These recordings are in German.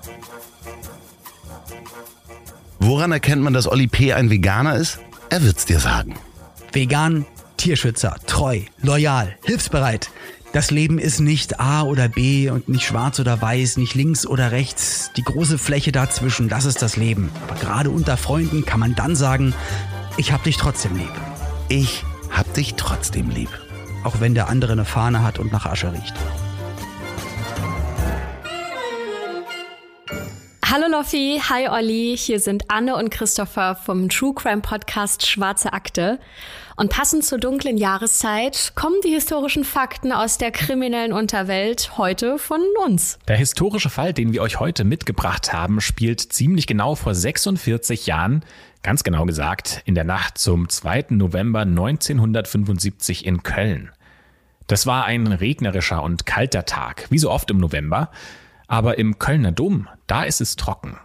Woran erkennt man, dass Olli P. ein Veganer ist? Er wird's dir sagen. Vegan, Tierschützer, treu, loyal, hilfsbereit. Das Leben ist nicht A oder B und nicht schwarz oder weiß, nicht links oder rechts. Die große Fläche dazwischen, das ist das Leben. Aber gerade unter Freunden kann man dann sagen, ich hab dich trotzdem lieb. Ich hab dich trotzdem lieb. Auch wenn der andere eine Fahne hat und nach Asche riecht. Hallo Loffi, hi Olli, hier sind Anne und Christopher vom True Crime Podcast Schwarze Akte. Und passend zur dunklen Jahreszeit kommen die historischen Fakten aus der kriminellen Unterwelt heute von uns. Der historische Fall, den wir euch heute mitgebracht haben, spielt ziemlich genau vor 46 Jahren, ganz genau gesagt, in der Nacht zum 2. November 1975 in Köln. Das war ein regnerischer und kalter Tag, wie so oft im November. Aber im Kölner Dom, da ist es trocken.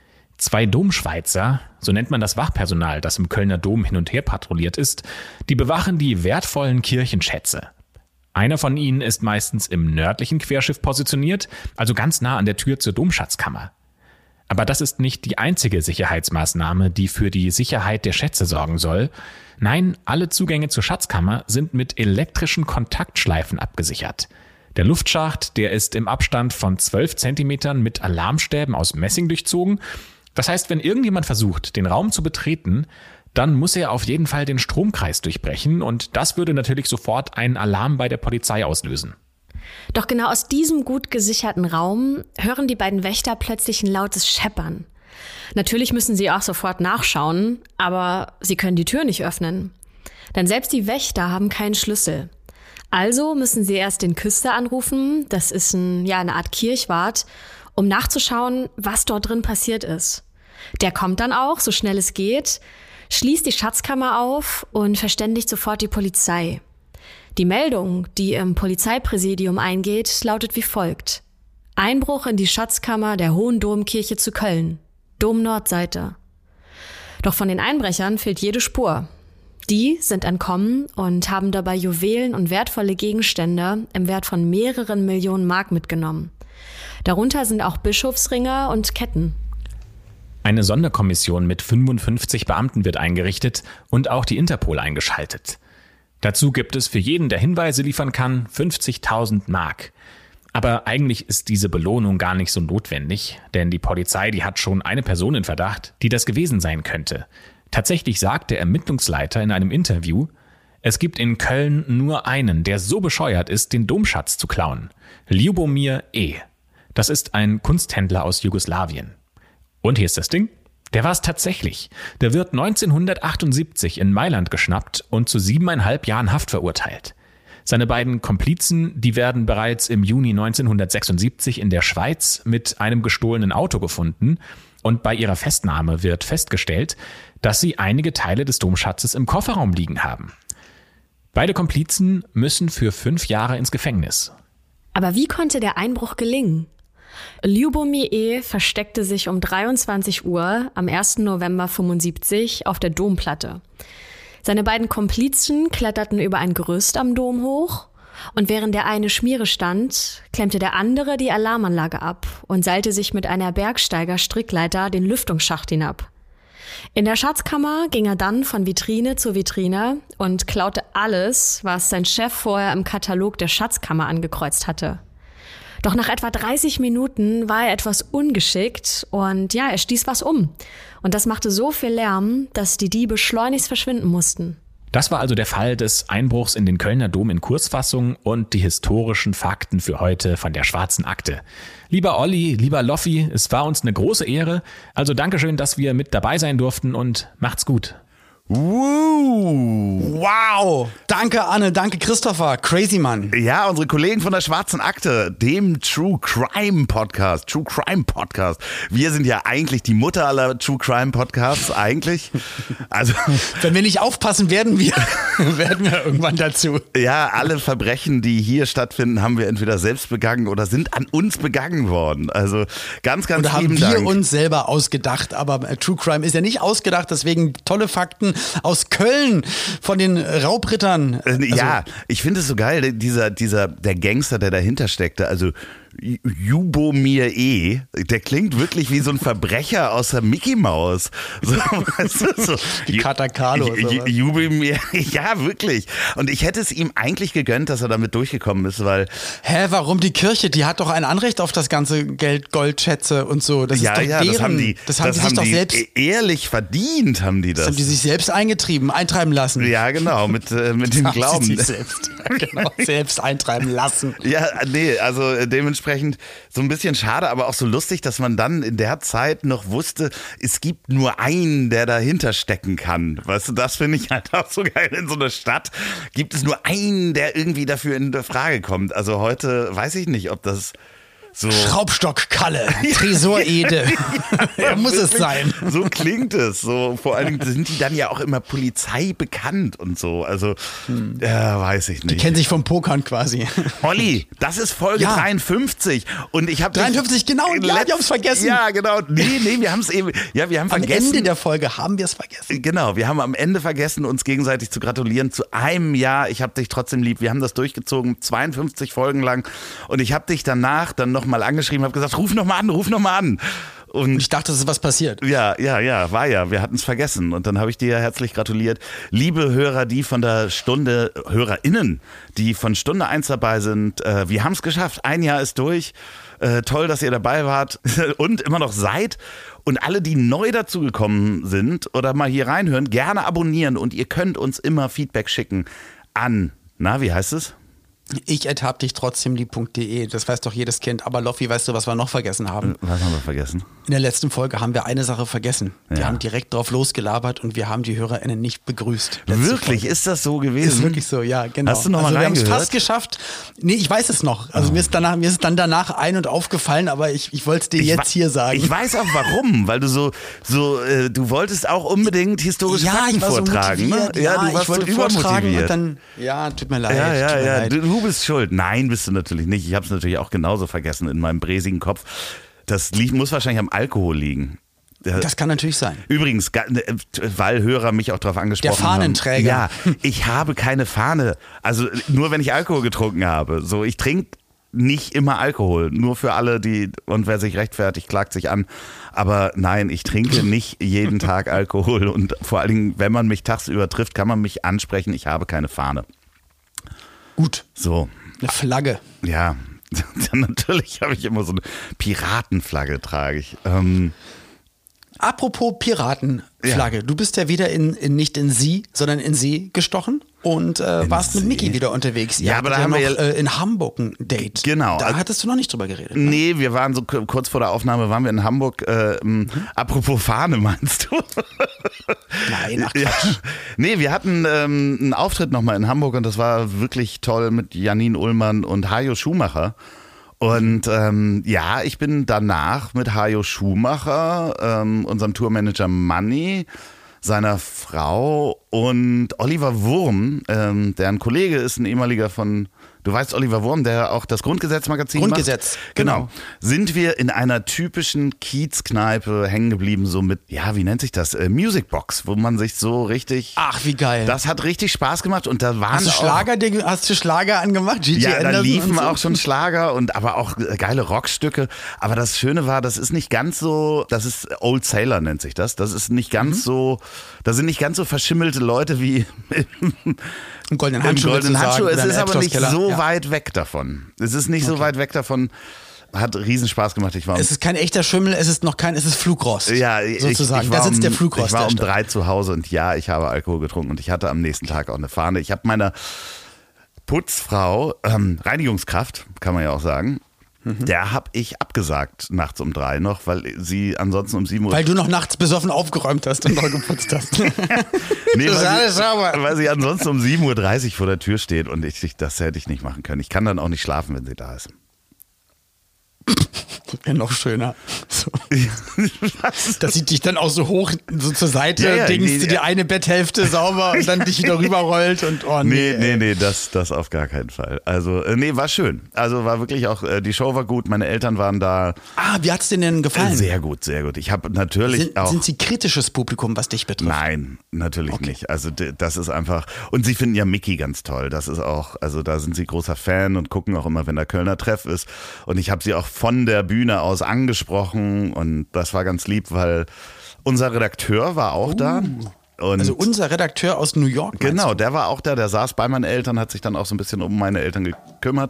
2 Domschweizer, so nennt man das Wachpersonal, das im Kölner Dom hin und her patrouilliert ist, die bewachen die wertvollen Kirchenschätze. Einer von ihnen ist meistens im nördlichen Querschiff positioniert, also ganz nah an der Tür zur Domschatzkammer. Aber das ist nicht die einzige Sicherheitsmaßnahme, die für die Sicherheit der Schätze sorgen soll. Nein, alle Zugänge zur Schatzkammer sind mit elektrischen Kontaktschleifen abgesichert. Der Luftschacht, der ist im Abstand von 12 Zentimetern mit Alarmstäben aus Messing durchzogen. Das heißt, wenn irgendjemand versucht, den Raum zu betreten, dann muss er auf jeden Fall den Stromkreis durchbrechen und das würde natürlich sofort einen Alarm bei der Polizei auslösen. Doch genau aus diesem gut gesicherten Raum hören die beiden Wächter plötzlich ein lautes Scheppern. Natürlich müssen sie auch sofort nachschauen, aber sie können die Tür nicht öffnen. Denn selbst die Wächter haben keinen Schlüssel. Also müssen sie erst den Küster anrufen, das ist eine Art Kirchwart, um nachzuschauen, was dort drin passiert ist. Der kommt dann auch, so schnell es geht, schließt die Schatzkammer auf und verständigt sofort die Polizei. Die Meldung, die im Polizeipräsidium eingeht, lautet wie folgt. Einbruch in die Schatzkammer der Hohen Domkirche zu Köln, Dom-Nordseite. Doch von den Einbrechern fehlt jede Spur. Die sind entkommen und haben dabei Juwelen und wertvolle Gegenstände im Wert von mehreren Millionen Mark mitgenommen. Darunter sind auch Bischofsringe und Ketten. Eine Sonderkommission mit 55 Beamten wird eingerichtet und auch die Interpol eingeschaltet. Dazu gibt es für jeden, der Hinweise liefern kann, 50.000 Mark. Aber eigentlich ist diese Belohnung gar nicht so notwendig, denn die Polizei, die hat schon eine Person in Verdacht, die das gewesen sein könnte. Tatsächlich sagt der Ermittlungsleiter in einem Interview, es gibt in Köln nur einen, der so bescheuert ist, den Domschatz zu klauen. Ljubomir E. Das ist ein Kunsthändler aus Jugoslawien. Und hier ist das Ding, der war es tatsächlich. Der wird 1978 in Mailand geschnappt und zu 7,5 Jahren Haft verurteilt. Seine beiden Komplizen, die werden bereits im Juni 1976 in der Schweiz mit einem gestohlenen Auto gefunden. Und bei ihrer Festnahme wird festgestellt, dass sie einige Teile des Domschatzes im Kofferraum liegen haben. Beide Komplizen müssen für 5 Jahre ins Gefängnis. Aber wie konnte der Einbruch gelingen? Ljubomir E. versteckte sich um 23 Uhr am 1. November 75 auf der Domplatte. Seine beiden Komplizen kletterten über ein Gerüst am Dom hoch und während der eine Schmiere stand, klemmte der andere die Alarmanlage ab und seilte sich mit einer Bergsteiger-Strickleiter den Lüftungsschacht hinab. In der Schatzkammer ging er dann von Vitrine zu Vitrine und klaute alles, was sein Chef vorher im Katalog der Schatzkammer angekreuzt hatte. Doch nach etwa 30 Minuten war er etwas ungeschickt und er stieß was um. Und das machte so viel Lärm, dass die Diebe schleunigst verschwinden mussten. Das war also der Fall des Einbruchs in den Kölner Dom in Kurzfassung und die historischen Fakten für heute von der Schwarzen Akte. Lieber Olli, lieber Loffi, es war uns eine große Ehre. Also Dankeschön, dass wir mit dabei sein durften und macht's gut. Wow! Danke Anne, danke Christopher, crazy Mann. Ja, unsere Kollegen von der Schwarzen Akte, dem True Crime Podcast. Wir sind ja eigentlich die Mutter aller True Crime Podcasts, eigentlich. Also, wenn wir nicht aufpassen, werden wir irgendwann dazu. Ja, alle Verbrechen, die hier stattfinden, haben wir entweder selbst begangen oder sind an uns begangen worden. Also ganz, ganz lieben Dank. Oder haben wir uns selber ausgedacht, aber True Crime ist ja nicht ausgedacht, deswegen tolle Fakten aus Köln von den Raubrittern. Ja, ich finde es so geil, der Gangster, der dahinter steckte, also Jubomir E., der klingt wirklich wie so ein Verbrecher aus der Mickey Maus. So, weißt du, so. Die Katakalo oder sowas. Jubomir, ja, wirklich. Und ich hätte es ihm eigentlich gegönnt, dass er damit durchgekommen ist, weil... Hä, warum die Kirche? Die hat doch ein Anrecht auf das ganze Geld, Goldschätze und so. Das ist doch deren. Das haben die sich doch selbst... Ehrlich verdient haben die das. Das haben die sich selbst eintreiben lassen. Ja, genau, mit dem Glauben. Sie sich selbst eintreiben lassen. Ja, nee, also dementsprechend so ein bisschen schade, aber auch so lustig, dass man dann in der Zeit noch wusste, es gibt nur einen, der dahinter stecken kann. Weißt du, das finde ich halt auch so geil. In so einer Stadt gibt es nur einen, der irgendwie dafür in Frage kommt. Also heute weiß ich nicht, ob das so... Schraubstock-Kalle, Tresor-Ede. Ja, muss es sein. So klingt es. So, vor allen Dingen sind die dann ja auch immer Polizei bekannt und so. Also, weiß ich nicht. Die kennen sich vom Pokern quasi. Olli, das ist Folge 53. Und ich habe 53, genau. Ja, wir haben es vergessen. Ja, genau. Nee, wir haben es eben. Ja, wir haben vergessen. Am Ende der Folge haben wir es vergessen. Genau, wir haben am Ende vergessen, uns gegenseitig zu gratulieren zu einem Jahr. Ich habe dich trotzdem lieb. Wir haben das durchgezogen, 52 Folgen lang. Und ich habe dich danach dann noch mal angeschrieben, habe gesagt, ruf noch mal an. Und ich dachte, es ist was passiert. Ja, war ja. Wir hatten es vergessen. Und dann habe ich dir herzlich gratuliert. Liebe Hörer, die von der Stunde, HörerInnen, die von Stunde 1 dabei sind, wir haben es geschafft. Ein Jahr ist durch. Toll, dass ihr dabei wart und immer noch seid. Und alle, die neu dazugekommen sind oder mal hier reinhören, gerne abonnieren. Und ihr könnt uns immer Feedback schicken an, wie heißt es? Ich ertapp dich trotzdem lieb.de, das weiß doch jedes Kind. Aber Loffi, weißt du, was wir noch vergessen haben? Was haben wir vergessen? In der letzten Folge haben wir eine Sache vergessen. Wir haben direkt drauf losgelabert und wir haben die HörerInnen nicht begrüßt. Wirklich? Ist das so gewesen? Ist wirklich so, ja, genau. Hast du noch mal reingehört? Wir haben es reingehört? fast geschafft. Nee, ich weiß es noch. Also mir ist dann danach ein- und aufgefallen, aber ich wollte es dir jetzt hier sagen. Ich weiß auch warum, weil du du wolltest auch unbedingt historische Fakten vortragen. So ne? Ja, du warst ich wollte so vortragen übermotiviert. und dann, tut mir leid. Ja, du bist schuld. Nein, bist du natürlich nicht. Ich habe es natürlich auch genauso vergessen in meinem bräsigen Kopf. Das muss wahrscheinlich am Alkohol liegen. Das kann natürlich sein. Übrigens, weil Hörer mich auch darauf angesprochen haben. Der Fahnenträger. Ja, ich habe keine Fahne. Also nur wenn ich Alkohol getrunken habe. So, ich trinke nicht immer Alkohol. Nur für alle, und wer sich rechtfertigt, klagt sich an. Aber nein, ich trinke nicht jeden Tag Alkohol. Und vor allen Dingen, wenn man mich tagsüber trifft, kann man mich ansprechen. Ich habe keine Fahne. Gut. So. Eine Flagge. Ja. Natürlich habe ich immer so eine Piratenflagge, trage ich. Apropos Piratenflagge, du bist ja wieder nicht in Sie, sondern in See gestochen und warst mit Micky wieder unterwegs. Ja, aber da haben wir in Hamburg ein Date. Genau. Da hattest du noch nicht drüber geredet. Nee, wir waren so kurz vor der Aufnahme, waren wir in Hamburg. Apropos Fahne, meinst du? Nein, ach Quatsch. Ja. Nee, wir hatten einen Auftritt nochmal in Hamburg und das war wirklich toll mit Janine Ullmann und Hajo Schumacher. Und ich bin danach mit Hajo Schumacher, unserem Tourmanager Manni, seiner Frau und Oliver Wurm, der ein Kollege ist, ein ehemaliger von, du weißt Oliver Wurm, der auch das Grundgesetz-Magazin macht. Grundgesetz, genau. Sind wir in einer typischen Kiezkneipe hängen geblieben, so mit, wie nennt sich das, Musicbox, wo man sich so richtig... Ach, wie geil. Das hat richtig Spaß gemacht und da waren hast du Schlager angemacht? Gigi ja, da Anderson liefen so? auch schon Schlager aber auch geile Rockstücke. Aber das Schöne war, das ist nicht ganz so, das ist Old Sailor nennt sich das. Das ist nicht ganz so, da sind nicht ganz so verschimmelte Leute wie im Goldenen Handschuh. Es ist aber nicht so weit weg davon. Es ist nicht so weit weg davon. Hat riesen Spaß gemacht. Es ist kein echter Schimmel, es ist Flugrost. Ja, sozusagen. Da sitzt der Flugrost. Ich war um 3 zu Hause und ich habe Alkohol getrunken und ich hatte am nächsten Tag auch eine Fahne. Ich habe meiner Putzfrau, Reinigungskraft, kann man ja auch sagen, der habe ich abgesagt nachts um 3 noch, weil sie ansonsten um 7 Uhr... Weil du noch nachts besoffen aufgeräumt hast und noch geputzt hast. Nee, weil sie ansonsten um 7.30 Uhr vor der Tür steht und das hätte ich nicht machen können. Ich kann dann auch nicht schlafen, wenn sie da ist. Wäre noch schöner. so. Dass sie dich dann auch so hoch so zur Seite dingst, die eine Betthälfte sauber und dann dich wieder rüberrollt und Nee, das auf gar keinen Fall. Also, war schön. Also war wirklich auch, die Show war gut, meine Eltern waren da. Wie hat's denen denn gefallen? Sehr gut, sehr gut. Ich habe natürlich auch... Sind sie kritisches Publikum, was dich betrifft? Nein, natürlich nicht. Also das ist einfach... Und sie finden ja Micky ganz toll. Das ist auch, also da sind sie großer Fan und gucken auch immer, wenn der Kölner Treff ist. Und ich habe sie auch von der Bühne aus angesprochen und das war ganz lieb, weil unser Redakteur war auch da. Und also unser Redakteur aus New York. Genau, der war auch da, der saß bei meinen Eltern, hat sich dann auch so ein bisschen um meine Eltern gekümmert.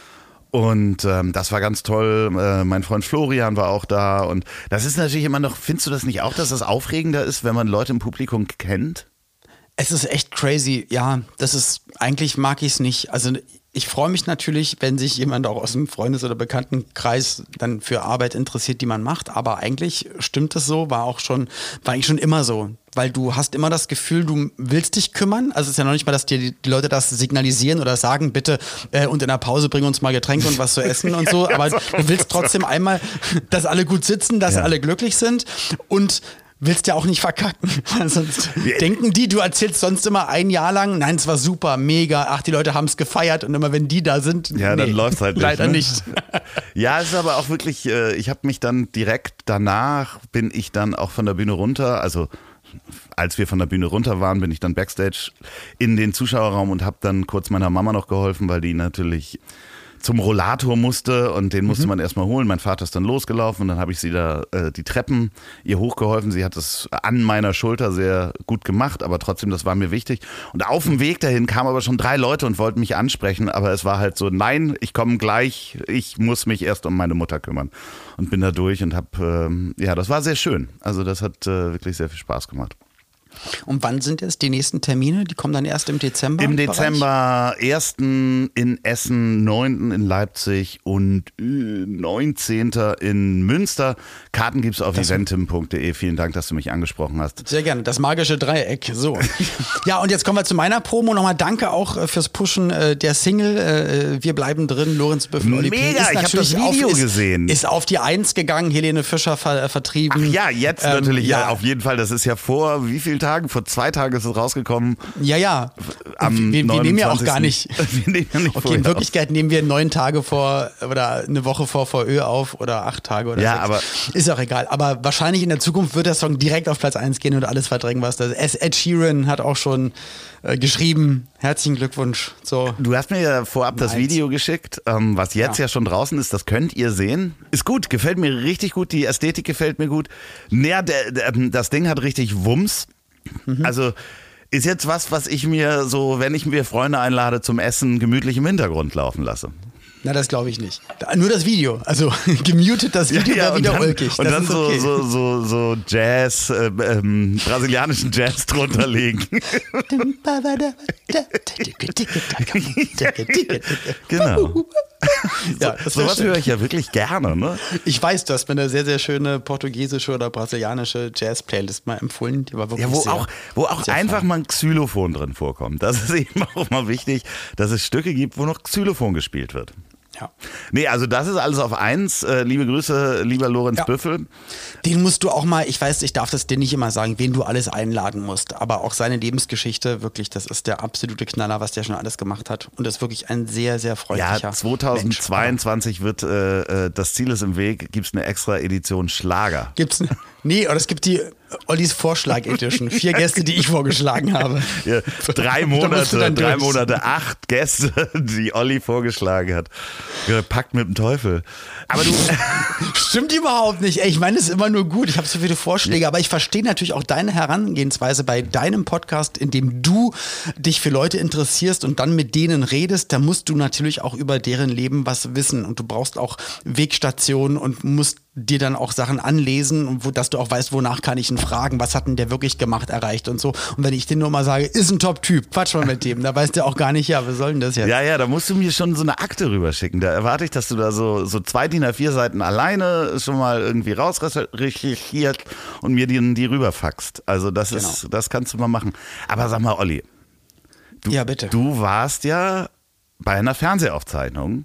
Und das war ganz toll. Mein Freund Florian war auch da. Und das ist natürlich immer noch, findest du das nicht auch, dass das aufregender ist, wenn man Leute im Publikum kennt? Es ist echt crazy. Ja, eigentlich mag ich es nicht. Also ich freue mich natürlich, wenn sich jemand auch aus dem Freundes- oder Bekanntenkreis dann für Arbeit interessiert, die man macht. Aber eigentlich stimmt es so, war eigentlich schon immer so. Weil du hast immer das Gefühl, du willst dich kümmern. Also es ist ja noch nicht mal, dass dir die Leute das signalisieren oder sagen, bitte und in der Pause bring uns mal Getränke und was zu essen und so. Aber du willst trotzdem einmal, dass alle gut sitzen, dass alle glücklich sind und willst ja auch nicht verkacken. Sonst denken du erzählst sonst immer ein Jahr lang, nein, es war super, mega, ach, die Leute haben es gefeiert und immer wenn die da sind, dann läuft es halt nicht. Leider nicht. Ja, es ist aber auch wirklich, ich habe mich dann direkt danach, bin ich dann auch von der Bühne runter, also als wir von der Bühne runter waren, bin ich dann Backstage in den Zuschauerraum und habe dann kurz meiner Mama noch geholfen, weil die natürlich zum Rollator musste und den musste man erstmal holen. Mein Vater ist dann losgelaufen und dann habe ich sie da die Treppen ihr hochgeholfen. Sie hat es an meiner Schulter sehr gut gemacht, aber trotzdem, das war mir wichtig. Und auf dem Weg dahin kamen aber schon 3 Leute und wollten mich ansprechen, aber es war halt so, nein, ich komme gleich, ich muss mich erst um meine Mutter kümmern. Und bin da durch und habe, das war sehr schön. Also das hat wirklich sehr viel Spaß gemacht. Und wann sind jetzt die nächsten Termine? Die kommen dann erst im Dezember? Im Dezember 1. in Essen, 9. in Leipzig und 19. in Münster. Karten gibt's auf eventim.de. Vielen Dank, dass du mich angesprochen hast. Sehr gerne, das magische Dreieck. So. Ja, und jetzt kommen wir zu meiner Promo. Nochmal danke auch fürs Pushen der Single. Wir bleiben drin, Lorenz Büffel. Mega, ich habe das Video gesehen. Ist auf die 1 gegangen, Helene Fischer vertrieben. Ach ja, jetzt natürlich, ja, auf jeden Fall. Das ist ja vor wie vielen Tagen? Vor 2 Tagen ist es rausgekommen. Ja. Wir nehmen ja auch gar nicht. Wir nehmen ja nicht okay, in Wirklichkeit nehmen wir 9 Tage vor oder eine Woche vor VÖ auf oder 8 Tage oder 6. Aber ist auch egal. Aber wahrscheinlich in der Zukunft wird der Song direkt auf Platz 1 gehen und alles verdrängen, was das ist. Ed Sheeran hat auch schon geschrieben. Herzlichen Glückwunsch. So. Du hast mir ja vorab das Video geschickt, was jetzt ja schon draußen ist. Das könnt ihr sehen. Ist gut, gefällt mir richtig gut. Die Ästhetik gefällt mir gut. Naja, das Ding hat richtig Wumms. Also ist jetzt was ich mir so, wenn ich mir Freunde einlade zum Essen, gemütlich im Hintergrund laufen lasse. Na, das glaube ich nicht. Nur das Video. Also gemutet das Video wäre wieder ulkig. Und dann okay. so Jazz, brasilianischen Jazz drunter legen. Genau. Ja, sowas höre ich ja wirklich gerne, ne? Ich weiß, du hast mir eine sehr, sehr schöne portugiesische oder brasilianische Jazz-Playlist mal empfohlen. Die war wirklich wo auch einfach mal ein Xylophon drin vorkommt. Das ist eben auch mal wichtig, dass es Stücke gibt, wo noch Xylophon gespielt wird. Ja. Nee, also das ist alles auf 1. Liebe Grüße, lieber Lorenz Büffel. Den musst du auch mal, ich weiß, ich darf das dir nicht immer sagen, wen du alles einladen musst, aber auch seine Lebensgeschichte, wirklich, das ist der absolute Knaller, was der schon alles gemacht hat und ist wirklich ein sehr, sehr freundlicher Ja, 2022 Mensch. Wird Das Ziel ist im Weg, gibt's eine extra Edition Schlager. Nee, oder es gibt die Ollis Vorschlag-Edition. 4 Gäste, die ich vorgeschlagen habe. Ja, 3 Monate, 8 Gäste, die Olli vorgeschlagen hat. Gepackt mit dem Teufel. Aber du... Stimmt überhaupt nicht. Ey, ich meine, es ist immer nur gut. Ich habe so viele Vorschläge, aber ich verstehe natürlich auch deine Herangehensweise bei deinem Podcast, in dem du dich für Leute interessierst und dann mit denen redest. Da musst du natürlich auch über deren Leben was wissen und du brauchst auch Wegstationen und musst dir dann auch Sachen anlesen, dass du auch weißt, wonach kann ich ihn fragen, was hat denn der wirklich gemacht, erreicht und so. Und wenn ich dir nur mal sage, ist ein Top-Typ, quatsch mal mit dem, da weißt du auch gar nicht, ja, was soll denn das jetzt? Ja, da musst du mir schon so eine Akte rüberschicken. Da erwarte ich, dass du da so 2 DIN A4 Seiten alleine schon mal irgendwie rausrecherchiert und mir die rüberfaxt. Also das kannst du mal machen. Aber sag mal, Olli, ja, bitte. Du warst ja bei einer Fernsehaufzeichnung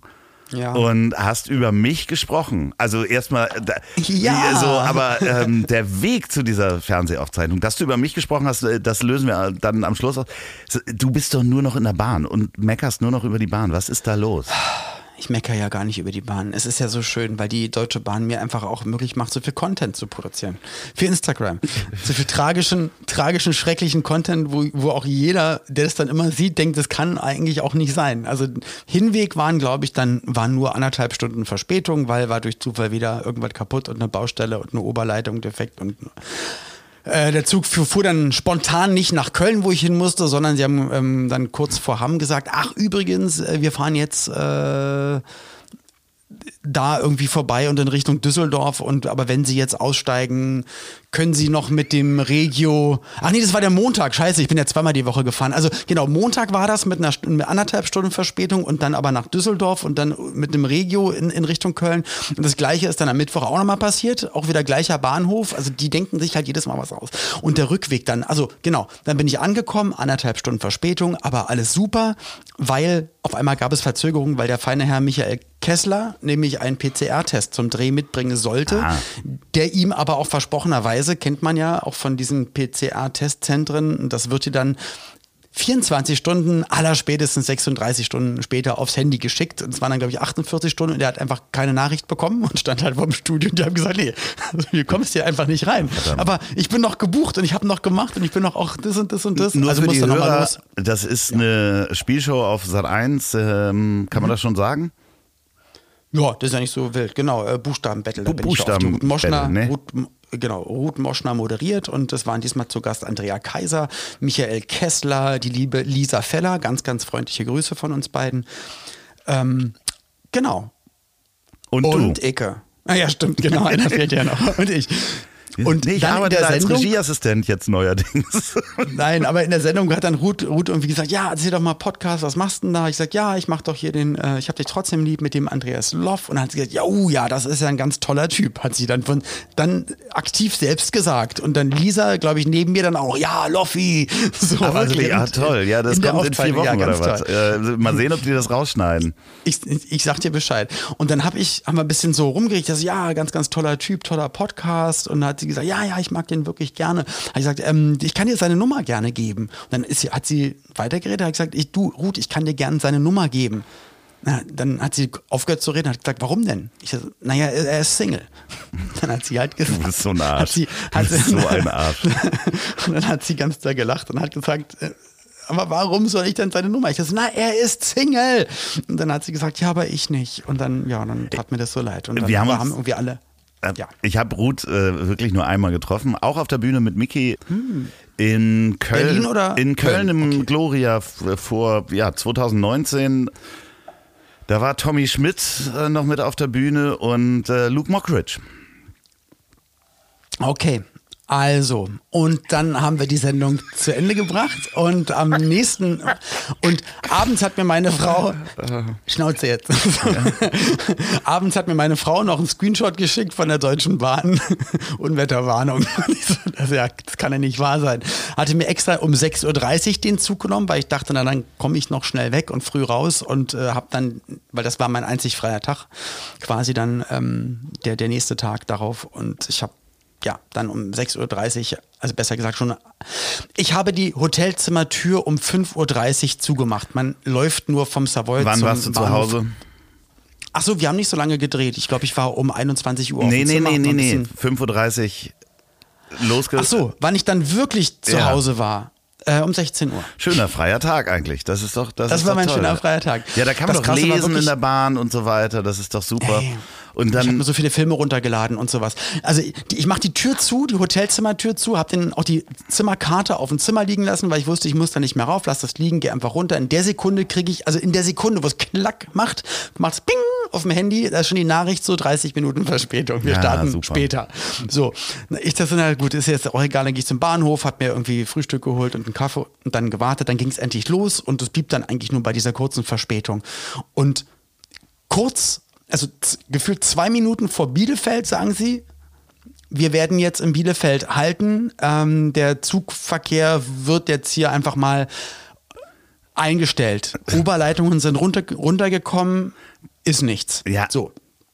Ja. und hast über mich gesprochen. Also erstmal, aber der Weg zu dieser Fernsehaufzeichnung, dass du über mich gesprochen hast, das lösen wir dann am Schluss aus. Du bist doch nur noch in der Bahn und meckerst nur noch über die Bahn. Was ist da los? Ich meckere ja gar nicht über die Bahn. Es ist ja so schön, weil die Deutsche Bahn mir einfach auch möglich macht, so viel Content zu produzieren. Für Instagram. So viel tragischen, schrecklichen Content, wo auch jeder, der das dann immer sieht, denkt, das kann eigentlich auch nicht sein. Also Hinweg waren, glaube ich, waren nur 1,5 Stunden Verspätung, weil war durch Zufall wieder irgendwas kaputt und eine Baustelle und eine Oberleitung defekt und der Zug fuhr dann spontan nicht nach Köln, wo ich hin musste, sondern sie haben dann kurz vor Hamm gesagt, ach übrigens, wir fahren jetzt da irgendwie vorbei und in Richtung Düsseldorf aber wenn Sie jetzt aussteigen, können Sie noch mit dem Regio, ach nee, das war der Montag, scheiße, ich bin ja zweimal die Woche gefahren, also genau, Montag war das mit einer 1,5 Stunden Verspätung und dann aber nach Düsseldorf und dann mit dem Regio in Richtung Köln und das Gleiche ist dann am Mittwoch auch nochmal passiert, auch wieder gleicher Bahnhof, also die denken sich halt jedes Mal was aus und der Rückweg dann, also genau, dann bin ich angekommen, 1,5 Stunden Verspätung, aber alles super, weil auf einmal gab es Verzögerungen, weil der feine Herr Michael Kessler nämlich einen PCR-Test zum Dreh mitbringen sollte, der ihm aber auch versprochenerweise, kennt man ja auch von diesen PCR-Testzentren, das wird dir dann 24 Stunden, allerspätestens 36 Stunden später aufs Handy geschickt. Und es waren dann, glaube ich, 48 Stunden und er hat einfach keine Nachricht bekommen und stand halt vor dem Studio und die haben gesagt, nee, also, du kommst hier einfach nicht rein. Verdammt. Aber ich bin noch gebucht und ich habe noch gemacht und ich bin noch auch das und das und das. Nur also für muss die dann Hörer, nochmal los. Das ist eine Spielshow auf Sat.1, kann man das schon sagen? Ja, das ist ja nicht so wild. Genau, Buchstabenbattle. Da bin ich auf die Ruth Moschner, ne? Ruth Moschner moderiert und es waren diesmal zu Gast Andrea Kaiser, Michael Kessler, die liebe Lisa Feller. Ganz, ganz freundliche Grüße von uns beiden. Genau. Und Icke. Ah ja, stimmt, genau. Einer fehlt ja noch. Und ich. Und ich arbeite da als Regieassistent jetzt neuerdings. Nein, aber in der Sendung hat dann Ruth irgendwie gesagt, ja, erzähl doch mal Podcast, was machst du denn da? Ich sag, ja, ich mach doch hier ich hab dich trotzdem lieb mit dem Andreas Loff. Und dann hat sie gesagt, ja, ja, das ist ja ein ganz toller Typ, hat sie dann aktiv selbst gesagt. Und dann Lisa, glaube ich, neben mir dann auch, ja, Loffi. So, wirklich? Ja, toll. Ja, das kommt in 4 Wochen oder was? Mal sehen, ob die das rausschneiden. Ich sag dir Bescheid. Und dann haben wir ein bisschen so rumgerichtet, also, ja, ganz, ganz toller Typ, toller Podcast. Und dann hat sie gesagt, ja, ich mag den wirklich gerne. Hat ich gesagt, ich kann dir seine Nummer gerne geben. Und dann hat sie weitergeredet, hat gesagt, Ruth, ich kann dir gerne seine Nummer geben. Na, dann hat sie aufgehört zu reden, hat gesagt, warum denn? Ich so, naja, er ist Single. Dann hat sie halt gesagt, du bist so ein Arsch. Du bist so ein Arsch. Und dann hat sie ganz da gelacht und hat gesagt, aber warum soll ich denn seine Nummer? Ich so, na, er ist Single. Und dann hat sie gesagt, ja, aber ich nicht. Und dann tat mir das so leid. Und dann haben irgendwie alle. Ja. Ich habe Ruth wirklich nur einmal getroffen, auch auf der Bühne mit Micky in Köln. Berlin oder? In Köln im Gloria vor 2019. Da war Tommy Schmidt noch mit auf der Bühne und Luke Mockridge. Okay. Also, und dann haben wir die Sendung zu Ende gebracht und abends hat mir meine Frau, Schnauze jetzt, abends hat mir meine Frau noch einen Screenshot geschickt von der Deutschen Bahn, Unwetterwarnung. Das kann ja nicht wahr sein. Hatte mir extra um 6.30 Uhr den Zug genommen, weil ich dachte, na dann komme ich noch schnell weg und früh raus und habe dann, weil das war mein einzig freier Tag, quasi dann der nächste Tag darauf und ich habe dann um 6.30 Uhr, also besser gesagt schon, ich habe die Hotelzimmertür um 5.30 Uhr zugemacht. Man läuft nur vom Savoy Wann zum warst du Bahnhof. zu Hause? Ach so, wir haben nicht so lange gedreht. Ich glaube, ich war um 21 Uhr auf Nee, dem Zimmer. Nee. 5.30 Uhr losgegangen. Ach so, wann ich dann wirklich zu Hause war. Um 16 Uhr. Schöner freier Tag eigentlich. Das ist doch Das war mein schöner freier Tag. Ja, da kann man doch lesen in der Bahn und so weiter. Das ist doch super. Und dann, ich habe mir so viele Filme runtergeladen und sowas. Also ich mache die Tür zu, die Hotelzimmertür zu, habe dann auch die Zimmerkarte auf dem Zimmer liegen lassen, weil ich wusste, ich muss da nicht mehr rauf, lass das liegen, gehe einfach runter. In der Sekunde kriege ich, also in der Sekunde, wo es klack macht es Ping auf dem Handy, da ist schon die Nachricht so 30 Minuten Verspätung. Wir starten später. So, ich dachte, na gut, ist jetzt auch egal, dann gehe ich zum Bahnhof, habe mir irgendwie Frühstück geholt und einen Kaffee und dann gewartet, dann ging es endlich los und es blieb dann eigentlich nur bei dieser kurzen Verspätung. Und gefühlt 2 Minuten vor Bielefeld, sagen sie, wir werden jetzt in Bielefeld halten. Der Zugverkehr wird jetzt hier einfach mal eingestellt. Oberleitungen sind runtergekommen. ist nichts. Ja. So.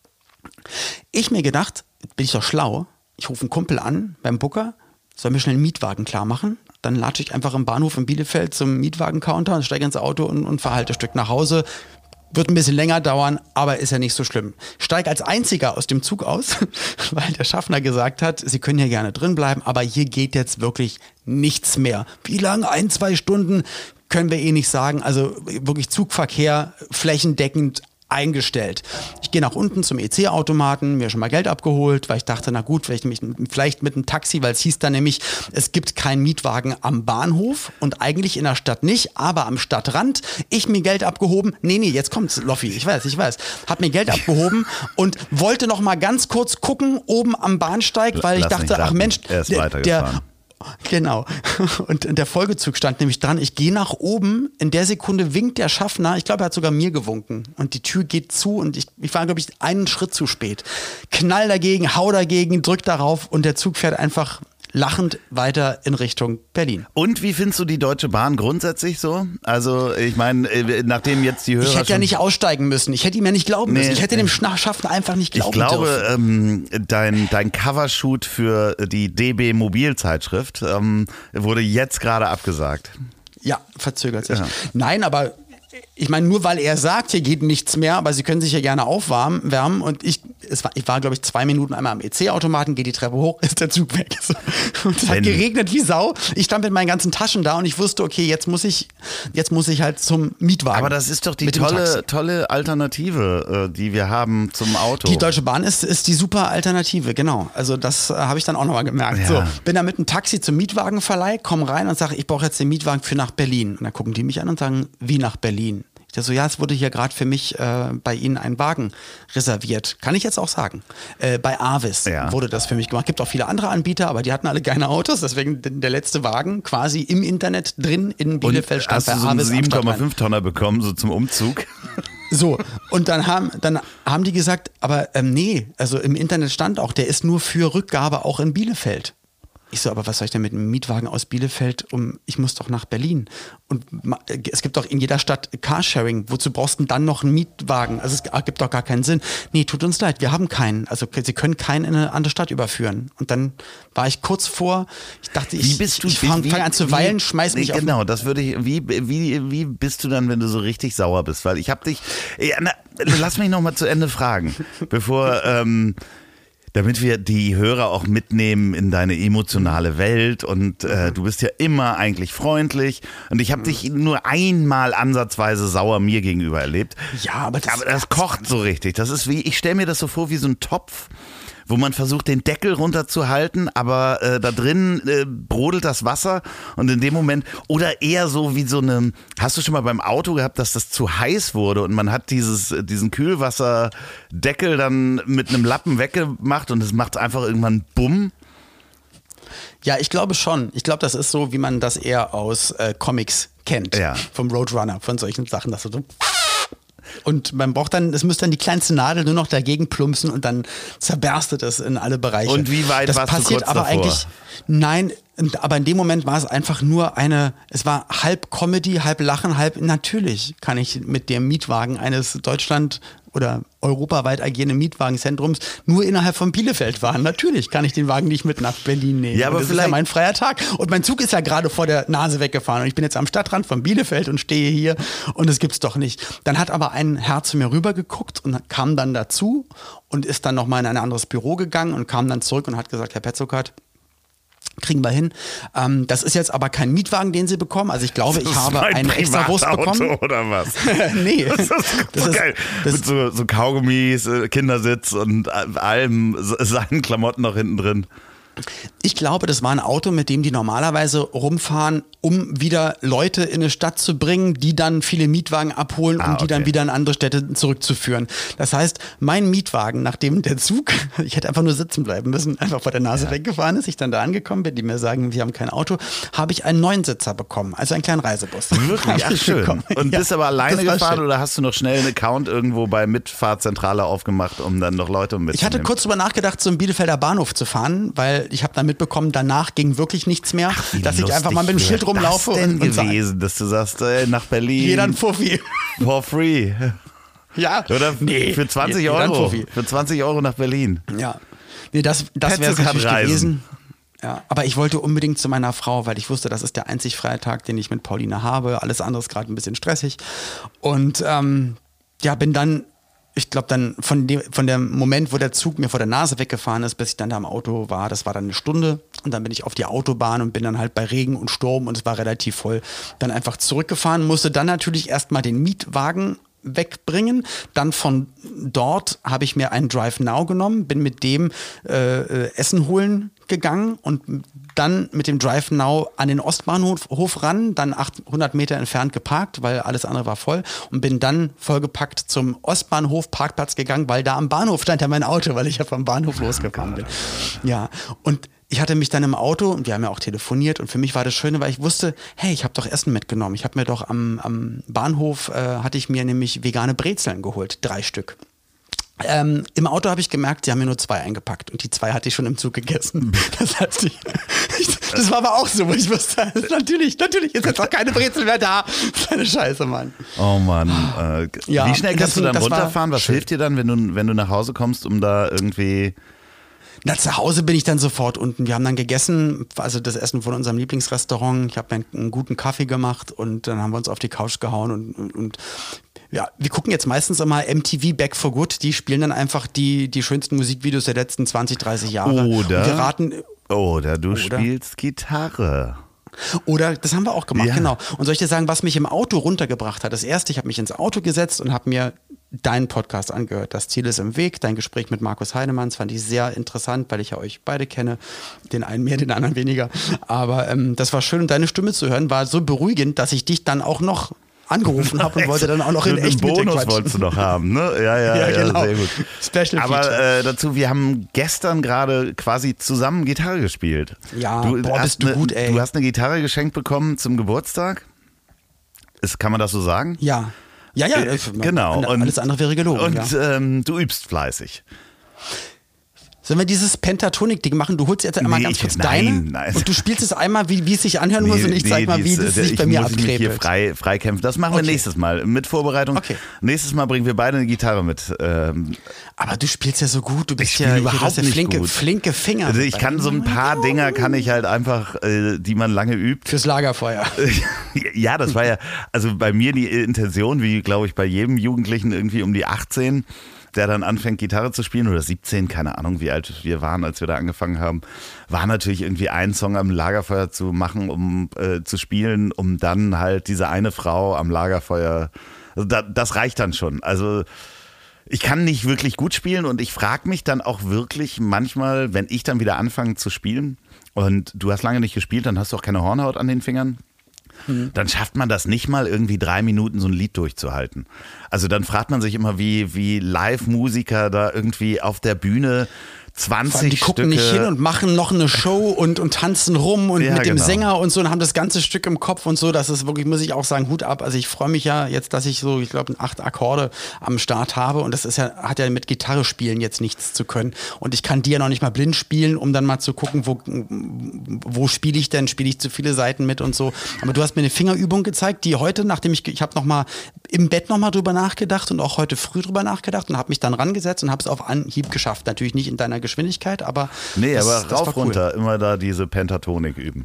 Ich mir gedacht, bin ich doch schlau, ich rufe einen Kumpel an beim Booker, soll mir schnell einen Mietwagen klar machen. Dann latsche ich einfach im Bahnhof in Bielefeld zum Mietwagen-Counter und steige ins Auto und fahre halt ein Stück nach Hause. Wird ein bisschen länger dauern, aber ist ja nicht so schlimm. Steig als einziger aus dem Zug aus, weil der Schaffner gesagt hat, Sie können hier gerne drin bleiben, aber hier geht jetzt wirklich nichts mehr. Wie lange? 1-2 Stunden können wir nicht sagen. Also wirklich Zugverkehr flächendeckend eingestellt. Ich gehe nach unten zum EC-Automaten, mir schon mal Geld abgeholt, weil ich dachte, na gut, vielleicht mit einem Taxi, weil es hieß dann nämlich, es gibt keinen Mietwagen am Bahnhof und eigentlich in der Stadt nicht, aber am Stadtrand. Ich mir Geld abgehoben, nee, jetzt kommt's, Loffi, ich weiß, hab mir Geld abgehoben und wollte noch mal ganz kurz gucken, oben am Bahnsteig, weil ich dachte, ach Mensch, er ist weitergefahren. Genau. Und der Folgezug stand nämlich dran, ich gehe nach oben, in der Sekunde winkt der Schaffner, ich glaube, er hat sogar mir gewunken und die Tür geht zu und ich war, glaube ich, einen Schritt zu spät. Knall dagegen, hau dagegen, drück darauf und der Zug fährt einfach lachend weiter in Richtung Berlin. Und wie findest du die Deutsche Bahn grundsätzlich so? Also ich meine, nachdem jetzt die Hörer Ich hätte ja nicht aussteigen müssen. Ich hätte ihm ja nicht glauben müssen. Ich hätte dem Schaffner einfach nicht glauben dürfen. Ich glaube, dein Covershoot für die DB Mobilzeitschrift wurde jetzt gerade abgesagt. Ja, verzögert sich. Ja. Nein, aber ich meine, nur weil er sagt, hier geht nichts mehr, aber Sie können sich ja gerne aufwärmen. Und ich war, glaube ich, 2 Minuten einmal am EC-Automaten, gehe die Treppe hoch, ist der Zug weg. Und es hat geregnet wie Sau. Ich stand mit meinen ganzen Taschen da und ich wusste, okay, jetzt muss ich halt zum Mietwagen. Aber das ist doch die tolle Alternative, die wir haben zum Auto. Die Deutsche Bahn ist die super Alternative, genau. Also das habe ich dann auch nochmal gemerkt. Ja. So, bin da mit einem Taxi zum Mietwagenverleih, komme rein und sage, ich brauche jetzt den Mietwagen für nach Berlin. Und dann gucken die mich an und sagen, wie nach Berlin? Ich dachte so, ja, es wurde hier gerade für mich bei Ihnen ein Wagen reserviert. Kann ich jetzt auch sagen. Bei Avis wurde das für mich gemacht. Gibt auch viele andere Anbieter, aber die hatten alle keine Autos. Deswegen der letzte Wagen quasi im Internet drin in Bielefeld stand bei Avis. Hast du so einen 7,5 Tonner bekommen, so zum Umzug? So, und dann haben die gesagt, aber nee, also im Internet stand auch, der ist nur für Rückgabe auch in Bielefeld. Ich so, aber was soll ich denn mit einem Mietwagen aus Bielefeld? Ich muss doch nach Berlin. Und es gibt doch in jeder Stadt Carsharing. Wozu brauchst du denn dann noch einen Mietwagen? Also es gibt doch gar keinen Sinn. Nee, tut uns leid, wir haben keinen. Also Sie können keinen in eine andere Stadt überführen. Und dann war ich kurz vor, ich dachte, ich fange an zu weilen, schmeiß mich auf. Genau, das würde ich, wie bist du dann, wenn du so richtig sauer bist? Weil ich habe dich, lass mich noch mal zu Ende fragen, bevor... damit wir die Hörer auch mitnehmen in deine emotionale Welt und du bist ja immer eigentlich freundlich und ich habe dich nur einmal ansatzweise sauer mir gegenüber erlebt. Ja, aber das kocht so richtig. Das ist ich stelle mir das so vor wie so ein Topf, wo man versucht, den Deckel runterzuhalten, aber da drin brodelt das Wasser und in dem Moment, oder eher so wie so eine, hast du schon mal beim Auto gehabt, dass das zu heiß wurde und man hat diesen Kühlwasserdeckel dann mit einem Lappen weggemacht und es macht einfach irgendwann Bumm? Ja, ich glaube schon. Ich glaube, das ist so, wie man das eher aus Comics kennt. Ja. Vom Roadrunner, von solchen Sachen, dass du so... Und man braucht es muss dann die kleinste Nadel nur noch dagegen plumpsen und dann zerberstet es in alle Bereiche. Und wie weit warst du kurz davor? Eigentlich, nein, aber in dem Moment war es einfach nur es war halb Comedy, halb Lachen, halb, natürlich kann ich mit dem Mietwagen eines Deutschland- oder europaweit agierenden Mietwagenzentrums nur innerhalb von Bielefeld fahren. Natürlich kann ich den Wagen nicht mit nach Berlin nehmen. Ja, aber das ist ja mein freier Tag. Und mein Zug ist ja gerade vor der Nase weggefahren und ich bin jetzt am Stadtrand von Bielefeld und stehe hier und das gibt's doch nicht. Dann hat aber ein Herr zu mir rübergeguckt und kam dann dazu und ist dann nochmal in ein anderes Büro gegangen und kam dann zurück und hat gesagt, Herr Petzokat, kriegen wir hin. Das ist jetzt aber kein Mietwagen, den Sie bekommen. Also ich glaube, ich habe einen extra Wurst bekommen. Oder was? Nee. Das ist geil. Mit so Kaugummis, Kindersitz und allem, seinen Klamotten noch hinten drin. Ich glaube, das war ein Auto, mit dem die normalerweise rumfahren, um wieder Leute in eine Stadt zu bringen, die dann viele Mietwagen abholen, um die dann wieder in andere Städte zurückzuführen. Das heißt, mein Mietwagen, nachdem der Zug, ich hätte einfach nur sitzen bleiben müssen, einfach vor der Nase weggefahren ist, ich dann da angekommen bin, die mir sagen, wir haben kein Auto, habe ich einen Neunsitzer bekommen, also einen kleinen Reisebus. Wirklich? Ach, schön. Und bist aber alleine gefahren oder hast du noch schnell einen Account irgendwo bei Mitfahrzentrale aufgemacht, um dann noch Leute mitzunehmen? Ich hatte kurz drüber nachgedacht, zum Bielefelder Bahnhof zu fahren, weil ich habe dann mitbekommen, danach ging wirklich nichts mehr, dass ich einfach mal mit dem Schild rumlaufe. Was denn gewesen, dass du sagst, nach Berlin. Jeder ein Fuffi. For free. Ja. Oder für 20 Euro. Für 20 Euro nach Berlin. Ja. Nee, das wäre es natürlich gewesen. Ja, aber ich wollte unbedingt zu meiner Frau, weil ich wusste, das ist der einzig freie Tag, den ich mit Pauline habe. Alles andere ist gerade ein bisschen stressig. Und bin dann, ich glaube dann von dem Moment, wo der Zug mir vor der Nase weggefahren ist, bis ich dann da im Auto war, das war dann eine Stunde. Und dann bin ich auf die Autobahn und bin dann halt bei Regen und Sturm und es war relativ voll, dann einfach zurückgefahren, musste dann natürlich erstmal den Mietwagen wegbringen. Dann von dort habe ich mir einen Drive Now genommen, bin mit dem Essen holen gegangen und dann mit dem Drive Now an den Ostbahnhof ran, dann 800 Meter entfernt geparkt, weil alles andere war voll und bin dann vollgepackt zum Ostbahnhof Parkplatz gegangen, weil da am Bahnhof stand ja mein Auto, weil ich ja vom Bahnhof losgefahren bin. Ja, und ich hatte mich dann im Auto und wir haben ja auch telefoniert und für mich war das Schöne, weil ich wusste, hey, ich habe doch Essen mitgenommen. Ich habe mir doch am Bahnhof, hatte ich mir nämlich vegane Brezeln geholt, 3 Stück. Im Auto habe ich gemerkt, sie haben mir nur 2 eingepackt und die 2 hatte ich schon im Zug gegessen. Das heißt, das war aber auch so, wo ich wusste, natürlich ist jetzt auch keine Brezel mehr da. Keine Scheiße, Mann. Oh Mann. Wie schnell kannst du dann runterfahren? Was hilft dir dann, wenn du nach Hause kommst, um da irgendwie... Na, zu Hause bin ich dann sofort unten. Wir haben dann gegessen, also das Essen von unserem Lieblingsrestaurant. Ich habe mir einen guten Kaffee gemacht und dann haben wir uns auf die Couch gehauen und ja, wir gucken jetzt meistens immer MTV Back for Good. Die spielen dann einfach die schönsten Musikvideos der letzten 20, 30 Jahre. Oder du spielst Gitarre. Oder, das haben wir auch gemacht, ja. Genau. Und soll ich dir sagen, was mich im Auto runtergebracht hat? Das erste, ich habe mich ins Auto gesetzt und habe mir deinen Podcast angehört. Das Ziel ist im Weg. Dein Gespräch mit Markus Heinemann, das fand ich sehr interessant, weil ich ja euch beide kenne. Den einen mehr, den anderen weniger. Aber das war schön und deine Stimme zu hören war so beruhigend, dass ich dich dann auch noch angerufen habe und wollte dann auch noch in echt mit dir Bonus quatschen. Wolltest du noch haben, ne? Ja, genau. Sehr gut. Special Aber dazu, wir haben gestern gerade quasi zusammen Gitarre gespielt. Ja, bist du gut, ey. Du hast eine Gitarre geschenkt bekommen zum Geburtstag? Kann man das so sagen? Ja. Genau. Alles andere wäre gelogen. Und du übst fleißig. Sollen wir dieses Pentatonik-Ding machen? Du holst jetzt einmal ganz kurz nein. Und du spielst es einmal, wie es sich anhören muss und ich zeig mal, wie das sich bei mir abkrepelt. Ich muss mich hier frei kämpfen. Das machen wir nächstes Mal mit Vorbereitung. Okay. Nächstes Mal bringen wir beide eine Gitarre mit. Aber du spielst ja so gut. Du bist überhaupt nicht flinke Finger. Also ich kann so ein paar Dinger, kann ich halt einfach, die man lange übt. Fürs Lagerfeuer. Ja, das war ja, also bei mir die Intention, wie glaube ich bei jedem Jugendlichen irgendwie um die 18, der dann anfängt, Gitarre zu spielen, oder 17, keine Ahnung, wie alt wir waren, als wir da angefangen haben, war natürlich irgendwie einen Song am Lagerfeuer zu machen, um zu spielen, um dann halt diese eine Frau am Lagerfeuer, also das reicht dann schon. Also ich kann nicht wirklich gut spielen und ich frage mich dann auch wirklich manchmal, wenn ich dann wieder anfange zu spielen und du hast lange nicht gespielt, dann hast du auch keine Hornhaut an den Fingern. Dann schafft man das nicht mal irgendwie 3 Minuten so ein Lied durchzuhalten. Also dann fragt man sich immer, wie Live-Musiker da irgendwie auf der Bühne 20 Stücke. Die gucken nicht hin und machen noch eine Show und tanzen rum und mit dem Sänger und so und haben das ganze Stück im Kopf und so. Das ist wirklich, muss ich auch sagen, Hut ab. Also ich freue mich ja jetzt, dass ich so, ich glaube, 8 Akkorde am Start habe und das ist ja, hat ja mit Gitarre spielen jetzt nichts zu können. Und ich kann die ja noch nicht mal blind spielen, um dann mal zu gucken, wo spiele ich denn? Spiele ich zu viele Seiten mit und so. Aber du hast mir eine Fingerübung gezeigt, die heute, nachdem ich habe noch mal im Bett noch mal drüber nachgedacht und auch heute früh drüber nachgedacht und habe mich dann rangesetzt und habe es auf Anhieb geschafft. Natürlich nicht in deiner Geschwindigkeit, aber aber rauf, runter, immer da diese Pentatonik üben.